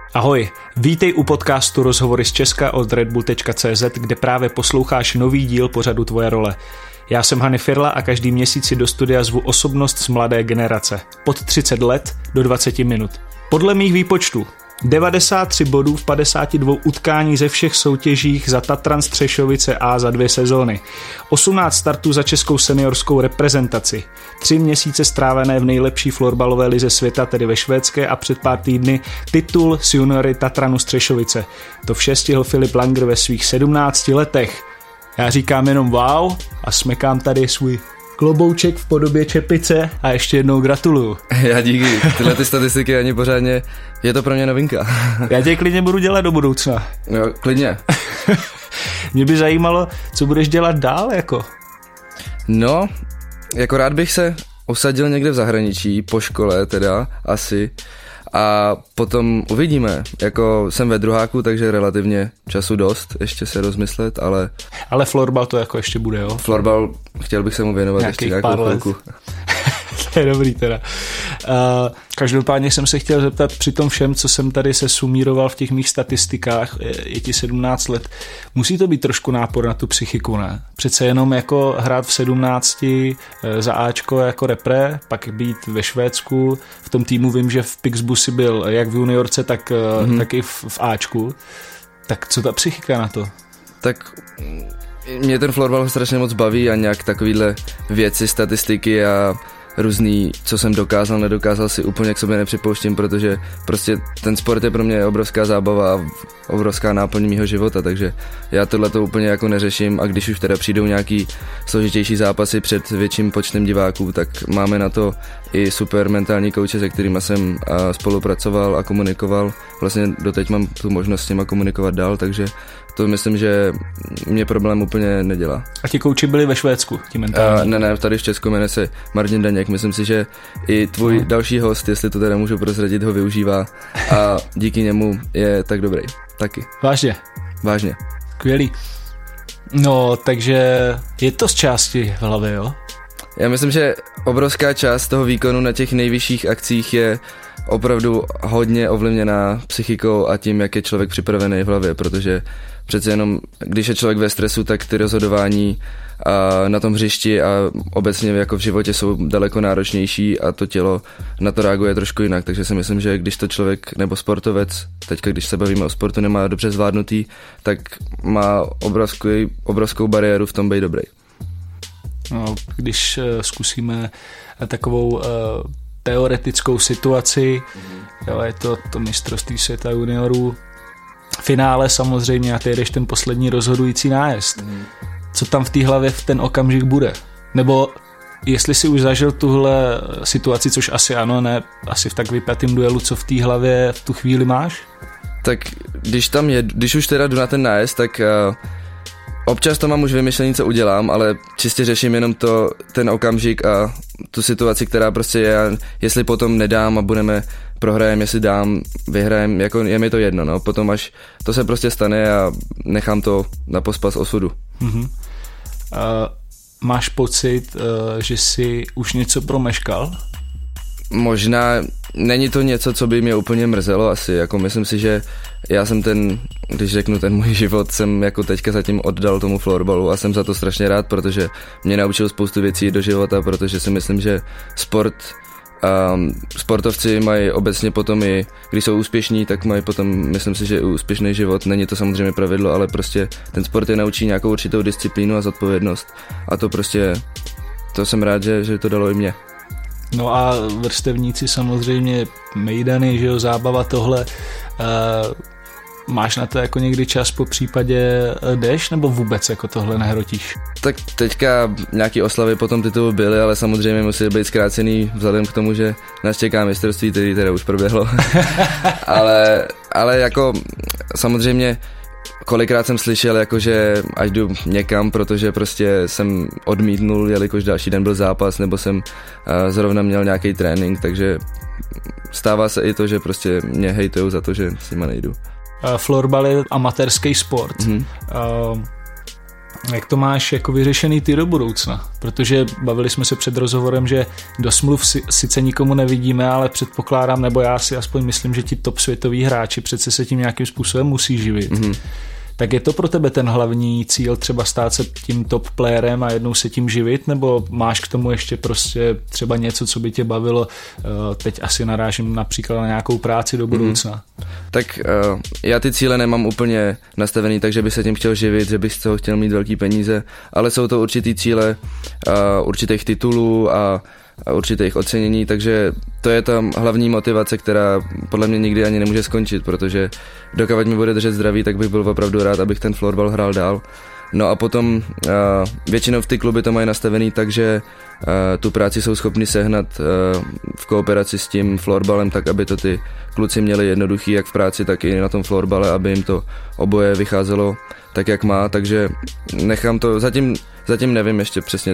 Ahoj, vítej u podcastu Rozhovory z Česka od redbull.cz, kde právě posloucháš nový díl pořadu Tvoje role. Já jsem Hany Firla a každý měsíc si do studia zvu osobnost z mladé generace. Od 30 let do 20 minut. Podle mých výpočtů 93 bodů v 52 utkání ze všech soutěžích za Tatran Střešovice A za 2 sezóny, 18 startů za českou seniorskou reprezentaci, 3 měsíce strávené v nejlepší florbalové lize světa, tedy ve švédské, a před pár týdny titul s juniory Tatranu Střešovice. To vše stihl Filip Langer ve svých 17 letech. Já říkám jenom wow a smekám tady svůj klobouček v podobě čepice a ještě jednou gratuluju. Já díky, tyhle ty statistiky ani pořádně, je to pro mě novinka. Já tě klidně budu dělat do budoucna. Jo, klidně. Mě by zajímalo, co budeš dělat dál jako. No, jako rád bych se usadil někde v zahraničí, po škole teda, asi. A potom uvidíme, jako jsem ve druháku, takže relativně času dost, ještě se rozmyslet, ale... Ale florbal to jako ještě bude, jo? Florbal, chtěl bych se mu věnovat ještě nějakou chvilku. To je dobrý teda. Každopádně jsem se chtěl zeptat při tom všem, co jsem tady se sumíroval v těch mých statistikách, je ti 17 let, musí to být trošku nápor na tu psychiku, ne? Přece jenom jako hrát v 17 za Ačko jako repre, pak být ve Švédsku, v tom týmu vím, že v Pixbu si byl jak v juniorce, tak i v Ačku. Tak co ta psychika na to? Tak mě ten florbal strašně moc baví a nějak takovýhle věci, statistiky a různý, co jsem dokázal, nedokázal, si úplně k sobě nepřipouštím, protože prostě ten sport je pro mě obrovská zábava a obrovská náplň mýho života, takže já tohleto úplně jako neřeším a když už teda přijdou nějaký složitější zápasy před větším počtem diváků, tak máme na to i super mentální kouče, se kterými jsem spolupracoval a komunikoval. Vlastně doteď mám tu možnost s nima komunikovat dál, takže to myslím, že mě problém úplně nedělá. A ti kouči byli ve Švédsku, ti mentální? Ne, tady v Česku jmenuje se Martin Daněk. Myslím si, že i tvůj další host, jestli to teda můžu prozradit, ho využívá a díky němu je tak dobrý. Taky. Vážně. Skvělý. No, takže je to z části v hlavě, jo? Já myslím, že obrovská část toho výkonu na těch nejvyšších akcích je opravdu hodně ovlivněná psychikou a tím, jak je člověk připravený v hlavě, protože přece jenom, když je člověk ve stresu, tak ty rozhodování na tom hřišti a obecně jako v životě jsou daleko náročnější a to tělo na to reaguje trošku jinak, takže si myslím, že když to člověk nebo sportovec, teďka když se bavíme o sportu, nemá dobře zvládnutý, tak má obrovskou bariéru v tom být dobrý. No, když zkusíme takovou teoretickou situaci, jo, je to mistrovství světa juniorů, finále samozřejmě a ty jedeš ten poslední rozhodující nájezd. Co tam v té hlavě v ten okamžik bude? Nebo jestli si už zažil tuhle situaci, což asi ano, ne, asi v tak vypjatým duelu, co v té hlavě v tu chvíli máš? Tak když už teda jdu na ten nájezd, tak občas to mám už vymyšlený, co udělám, ale čistě řeším jenom ten okamžik a tu situaci, která prostě je, jestli potom nedám a prohrajem, jestli dám, vyhrajem, jako je mi to jedno, no. Potom až to se prostě stane a nechám to na pospas osudu. Máš pocit, že jsi už něco promeškal? Možná není to něco, co by mě úplně mrzelo asi, jako myslím si, že já jsem když řeknu ten můj život, jsem jako teďka zatím oddal tomu florbalu a jsem za to strašně rád, protože mě naučil spoustu věcí do života, protože si myslím, že sportovci mají obecně potom i, když jsou úspěšní, tak mají potom, myslím si, že úspěšný život, není to samozřejmě pravidlo, ale prostě ten sport je naučí nějakou určitou disciplínu a zodpovědnost a to jsem rád, že to dalo i mě. No a vrstevníci samozřejmě, mejdany, že jo, zábava tohle, máš na to jako někdy čas, po případě jdeš, nebo vůbec jako tohle nehrotíš? Tak teďka nějaký oslavy po tom titulu byly, ale samozřejmě musí být zkrácený vzhledem k tomu, že nás čeká mistrovství, který teda už proběhlo. ale jako samozřejmě kolikrát jsem slyšel, jakože až jdu někam, protože prostě jsem odmítnul, jelikož další den byl zápas, nebo jsem zrovna měl nějaký trénink, takže stává se i to, že prostě mě hejtujou za to, že s nima nejdu. Florbal je amatérský sport. Jak to máš jako vyřešený ty do budoucna? Protože bavili jsme se před rozhovorem, že do smluv sice nikomu nevidíme, ale předpokládám, nebo já si aspoň myslím, že ti top světoví hráči přece se tím nějakým způsobem musí živit. Mm-hmm. Tak je to pro tebe ten hlavní cíl třeba stát se tím top playerem a jednou se tím živit, nebo máš k tomu ještě prostě třeba něco, co by tě bavilo? Teď asi narážím například na nějakou práci do budoucna. Tak já ty cíle nemám úplně nastavený, takže bych se tím chtěl živit, že bych z toho chtěl mít velký peníze, ale jsou to určitý cíle určitých titulů a určitých ocenění, takže to je ta hlavní motivace, která podle mě nikdy ani nemůže skončit, protože dokud mi bude držet zdraví, tak bych byl opravdu rád, abych ten florbal hrál dál. No a potom většinou v ty kluby to mají nastavený, takže tu práci jsou schopni sehnat v kooperaci s tím florbalem, tak aby to ty kluci měli jednoduchý, jak v práci, tak i na tom florbale, aby jim to oboje vycházelo tak, jak má, takže nechám to, zatím nevím ještě přesně,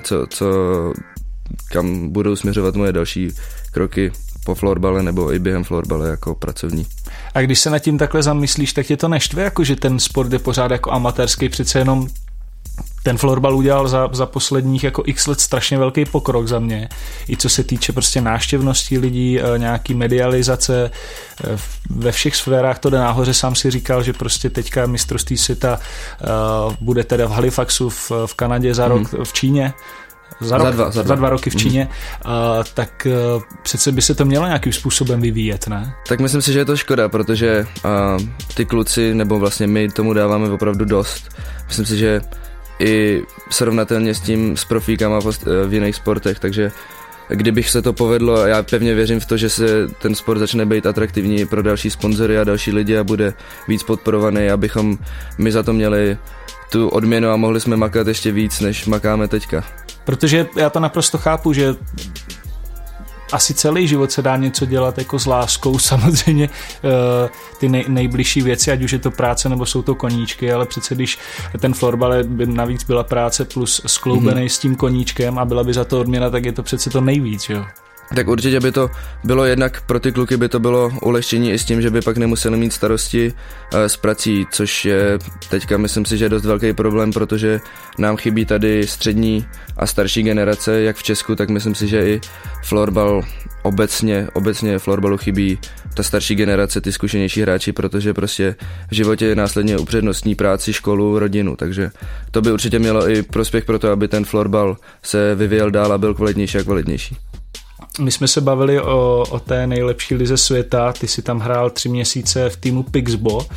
kam budou směřovat moje další kroky po florbale nebo i během florbale jako pracovní. A když se nad tím takhle zamyslíš, tak tě to neštve, jako že ten sport je pořád jako amatérský, přece jenom ten florbal udělal za posledních jako x let strašně velký pokrok za mě. I co se týče prostě návštěvnosti lidí, nějaký medializace, ve všech sférách to jde nahoře. Sám si říkal, že prostě teďka mistrovství světa bude teda v Halifaxu v Kanadě za rok, v Číně. Za dva roky v Číně, tak přece by se to mělo nějakým způsobem vyvíjet, ne? Tak myslím si, že je to škoda, protože ty kluci, nebo vlastně my tomu dáváme opravdu dost. Myslím si, že i srovnatelně s profíkama v jiných sportech, takže kdybych se to povedlo, já pevně věřím v to, že se ten sport začne být atraktivní pro další sponzory a další lidi a bude víc podporovaný, abychom my za to měli tu odměnu a mohli jsme makat ještě víc, než makáme teďka. Protože já to naprosto chápu, že asi celý život se dá něco dělat jako s láskou, samozřejmě ty nejbližší věci, ať už je to práce nebo jsou to koníčky, ale přece když ten florbal by navíc byla práce plus skloubený s tím koníčkem a byla by za to odměna, tak je to přece to nejvíc, jo. Tak určitě by to bylo jednak pro ty kluky by to bylo ulehčení i s tím, že by pak nemuseli mít starosti s prací, což je teďka myslím si, že je dost velký problém, protože nám chybí tady střední a starší generace, jak v Česku, tak myslím si, že i florbal obecně florbalu chybí ta starší generace, ty zkušenější hráči, protože prostě v životě následně upřednostní práci, školu, rodinu, takže to by určitě mělo i prospěch pro to, aby ten florbal se vyvíjel dál a byl kvalitnější a kvalitnější. My jsme se bavili o té nejlepší lize světa, ty si tam hrál 3 měsíce v týmu Pixbo.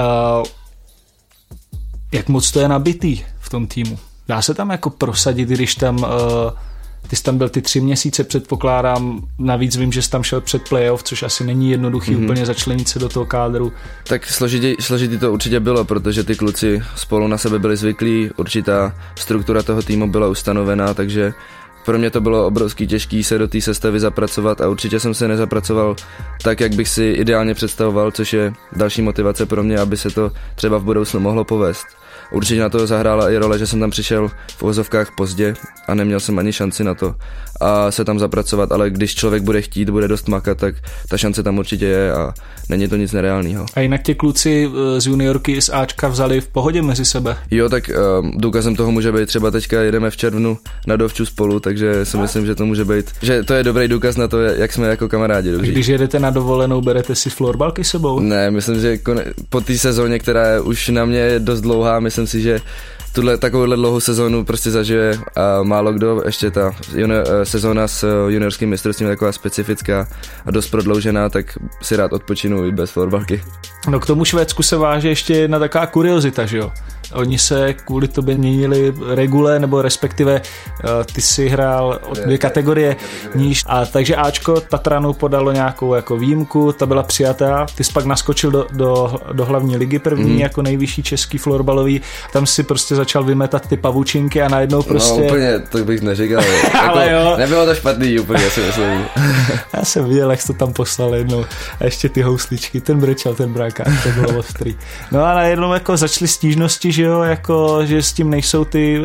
Jak moc to je nabitý v tom týmu? Dá se tam jako prosadit, když tam ty jsi tam byl ty 3 měsíce, předpokládám, navíc vím, že jsi tam šel před playoff, což asi není jednoduchý úplně začlenit se do toho kádru. Tak složitý to určitě bylo, protože ty kluci spolu na sebe byli zvyklí, určitá struktura toho týmu byla ustanovená, takže pro mě to bylo obrovský těžký se do té sestavy zapracovat a určitě jsem se nezapracoval tak, jak bych si ideálně představoval, což je další motivace pro mě, aby se to třeba v budoucnu mohlo povést. Určitě na to zahrála i role, že jsem tam přišel v uvozovkách pozdě a neměl jsem ani šanci na to a se tam zapracovat, ale když člověk bude chtít, bude dost makat, tak ta šance tam určitě je a není to nic nereálného. A jinak tě kluci z juniorky z Ačka vzali v pohodě mezi sebe? Jo, tak důkazem toho může být třeba teďka jedeme v červnu na Dovču spolu, takže si myslím, že to může být, že to je dobrý důkaz na to, jak jsme jako kamarádi dobří. Když jedete na dovolenou, berete si florbalky sebou? Ne, myslím, že po té sezóně, která je už na mě je dost dlouhá, myslím si, že takovouhle dlouhou sezónu prostě zažije a málo kdo, ještě ta sezóna s juniorským mistrovstvím je taková specifická a dost prodloužená, tak si rád odpočinu i bez florbalky. No k tomu Švédsku se váže ještě jedna taková kuriozita, že jo? Oni se kvůli tobě měnili regule, nebo respektive ty si hrál od 2 kategorie níž. A takže Ačko Tatranu podalo nějakou jako výjimku, ta byla přijatá. Ty jsi pak naskočil do hlavní ligy první jako nejvyšší český florbalový. Tam si prostě začal vymetat ty pavučinky a najednou prostě... No úplně, to bych neříkal. Ale jo. Nebylo to špatný úplně, si myslím. Já jsem viděl, jak jsi to tam poslal jednou. A ještě ty housličky, ten brečel, ten brákář, to bylo ostrý. No a najednou jako začaly stížnosti, že jo, jako, že s tím nejsou ty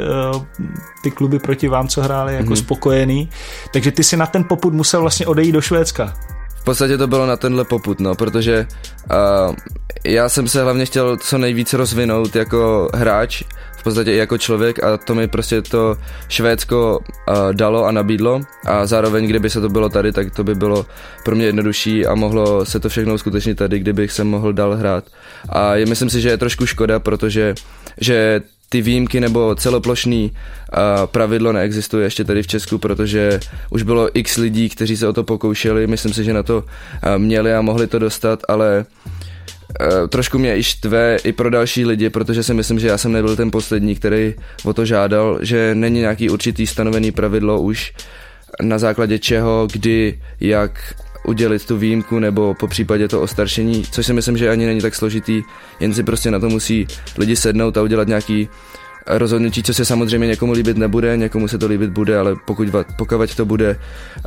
kluby proti vám, co hráli, jako spokojený. Takže ty si na ten popud musel vlastně odejít do Švédska. V podstatě to bylo na tenhle popud, no, protože já jsem se hlavně chtěl co nejvíc rozvinout jako hráč v podstatě i jako člověk a to mi prostě to Švédsko dalo a nabídlo a zároveň, kdyby se to bylo tady, tak to by bylo pro mě jednodušší a mohlo se to všechno uskutečnit tady, kdybych se mohl dál hrát. A myslím si, že je trošku škoda, protože že ty výjimky nebo celoplošný pravidlo neexistuje ještě tady v Česku, protože už bylo x lidí, kteří se o to pokoušeli, myslím si, že na to měli a mohli to dostat, ale trošku mě i štve i pro další lidi, protože si myslím, že já jsem nebyl ten poslední, který o to žádal, že není nějaký určitý stanovený pravidlo už na základě čeho, kdy, jak udělit tu výjimku nebo po případě to ostaršení, což si myslím, že ani není tak složitý, jen si prostě na to musí lidi sednout a udělat nějaký rozhodnutí, co se samozřejmě někomu líbit nebude, někomu se to líbit bude, ale pokud to bude,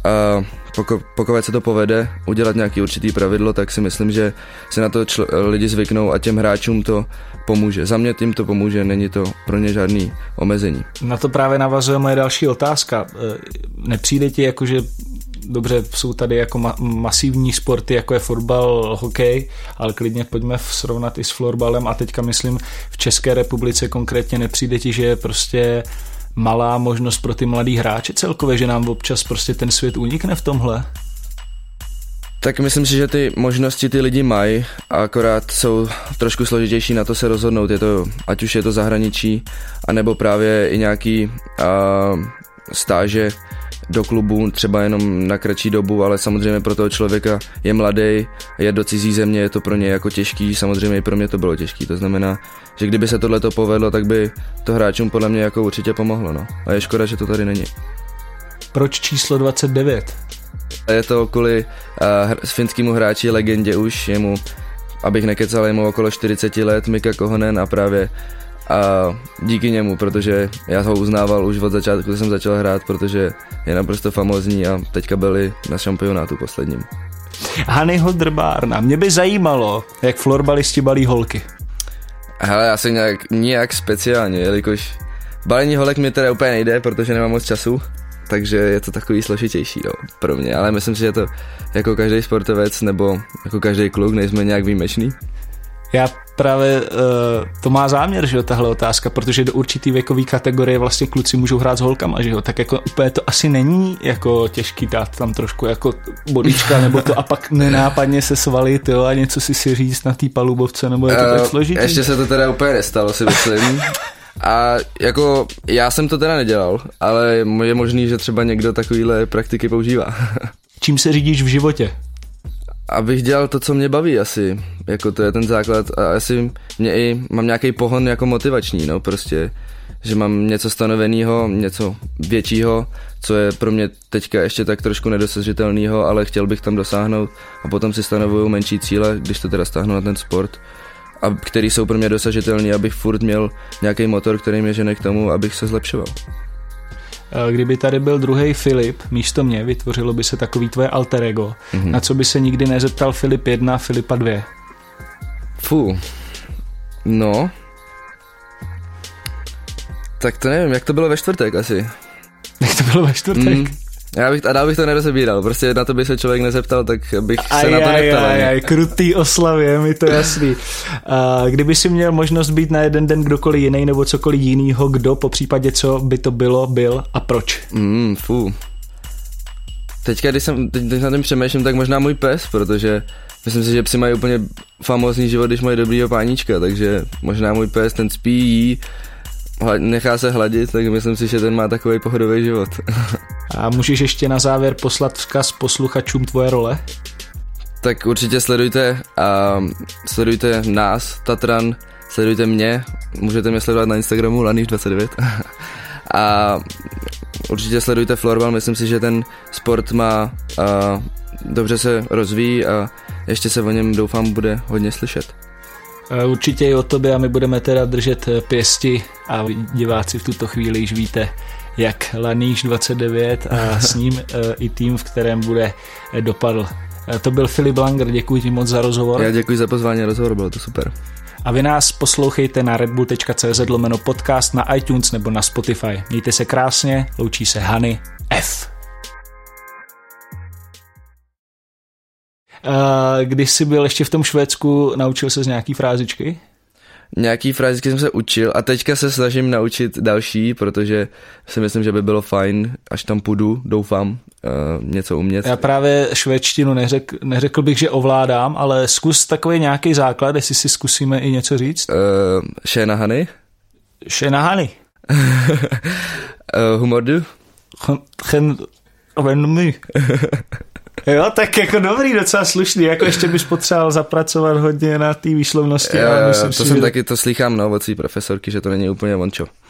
pokud se to povede udělat nějaký určitý pravidlo, tak si myslím, že se na to lidi zvyknou a těm hráčům to pomůže. Za mě tím to pomůže, není to pro ně žádný omezení. Na to právě navazuje moje další otázka. Nepřijde ti jako, že dobře, jsou tady jako masivní sporty, jako je fotbal, hokej, ale klidně pojďme srovnat i s florbalem a teďka myslím v České republice konkrétně nepřijde ti, že je prostě malá možnost pro ty mladý hráče celkově, že nám občas prostě ten svět unikne v tomhle? Tak myslím si, že ty možnosti ty lidi mají, akorát jsou trošku složitější na to se rozhodnout, ať už je to zahraničí, anebo právě i nějaký stáže do klubu, třeba jenom na kratší dobu, ale samozřejmě pro toho člověka je mladý, je do cizí země, je to pro ně jako těžký, samozřejmě i pro mě to bylo těžký, to znamená, že kdyby se tohleto povedlo, tak by to hráčům podle mě jako určitě pomohlo, no. A je škoda, že to tady není. Proč číslo 29? Je to kvůli finskému hráči, legendě už, jemu, abych nekecal, jemu okolo 40 let, Mika Kohonen a právě a díky němu, protože já ho uznával už od začátku, když jsem začal hrát, protože je naprosto famózní a teďka byli na šampionátu posledním. Hanyho Drbárna, mě by zajímalo, jak florbalisti balí holky. Hele, já jsem nějak speciálně, jelikož balení holek mi teda úplně nejde, protože nemám moc času, takže je to takový složitější pro mě, ale myslím si, že to jako každý sportovec nebo jako každý kluk nejsme nějak výjimečný. Já právě to má záměr, že jo, tahle otázka, protože do určitý věkový kategorie vlastně kluci můžou hrát s holkama, že jo, tak jako úplně to asi není jako těžký dát tam trošku jako bodička nebo to a pak nenápadně se svalit, jo, a něco si říct na té palubovce, nebo je to tak složitý? Ještě se to teda úplně nestalo, si myslím. A jako já jsem to teda nedělal, ale je možný, že třeba někdo takovýhle praktiky používá. Čím se řídíš v životě? Abych dělal to, co mě baví asi, jako to je ten základ a asi mám nějaký pohon jako motivační, no prostě, že mám něco stanoveného, něco většího, co je pro mě teďka ještě tak trošku nedosažitelného, ale chtěl bych tam dosáhnout a potom si stanovuju menší cíle, když to teda stáhnu na ten sport, a který jsou pro mě dosažitelný, abych furt měl nějaký motor, který mě žene k tomu, abych se zlepšoval. Kdyby tady byl druhý Filip, místo mě, vytvořilo by se takový tvoje alter ego. Mm-hmm. Na co by se nikdy nezeptal Filip 1, Filipa 2? No. Tak to nevím, jak to bylo ve čtvrtek asi. Jak to bylo ve čtvrtek? Dál bych to nerozebíral, prostě na to by se člověk nezeptal, tak bych se na to neptal. Krutý oslavy, je mi to jasný. Kdyby si měl možnost být na jeden den kdokoliv jiný nebo cokoliv jinýho, kdo, po případě co by to byl a proč? Teďka, když na tím přemýšlím, tak možná můj pes, protože myslím si, že psi mají úplně famózní život, když mají dobrýho páníčka, takže možná můj pes, ten spí, jí, nechá se hladit, tak myslím si, že ten má takový pohodový život. A můžeš ještě na závěr poslat vzkaz posluchačům tvoje role? Tak určitě sledujte nás, Tatran, sledujte mě, můžete mě sledovat na Instagramu Laniš29 a určitě sledujte florbal, myslím si, že ten sport má dobře se rozvíjí a ještě se o něm doufám bude hodně slyšet. Určitě i o tobě a my budeme teda držet pěsti a diváci v tuto chvíli již víte, jak Laniš29 a s ním i tým, v kterém bude dopadl. To byl Filip Langer, děkuji ti moc za rozhovor. Já děkuji za pozvání, rozhovor, bylo to super. A vy nás poslouchejte na redbull.cz/podcast, na iTunes nebo na Spotify. Mějte se krásně, loučí se Hany F. Když jsi byl ještě v tom Švédsku, naučil ses nějaký frázičky? Nějaký frázky jsem se učil a teďka se snažím naučit další, protože si myslím, že by bylo fajn, až tam půjdu, doufám, něco umět. Já právě švédštinu neřekl bych, že ovládám, ale zkus takový nějaký základ, jestli si zkusíme i něco říct. Tjena Tjena. Humordu? Jo, tak jako dobrý, docela slušný, jako ještě bys potřeboval zapracovat hodně na té výslovnosti. To jsem taky to slýchám od svý profesorky, že to není úplně vončo.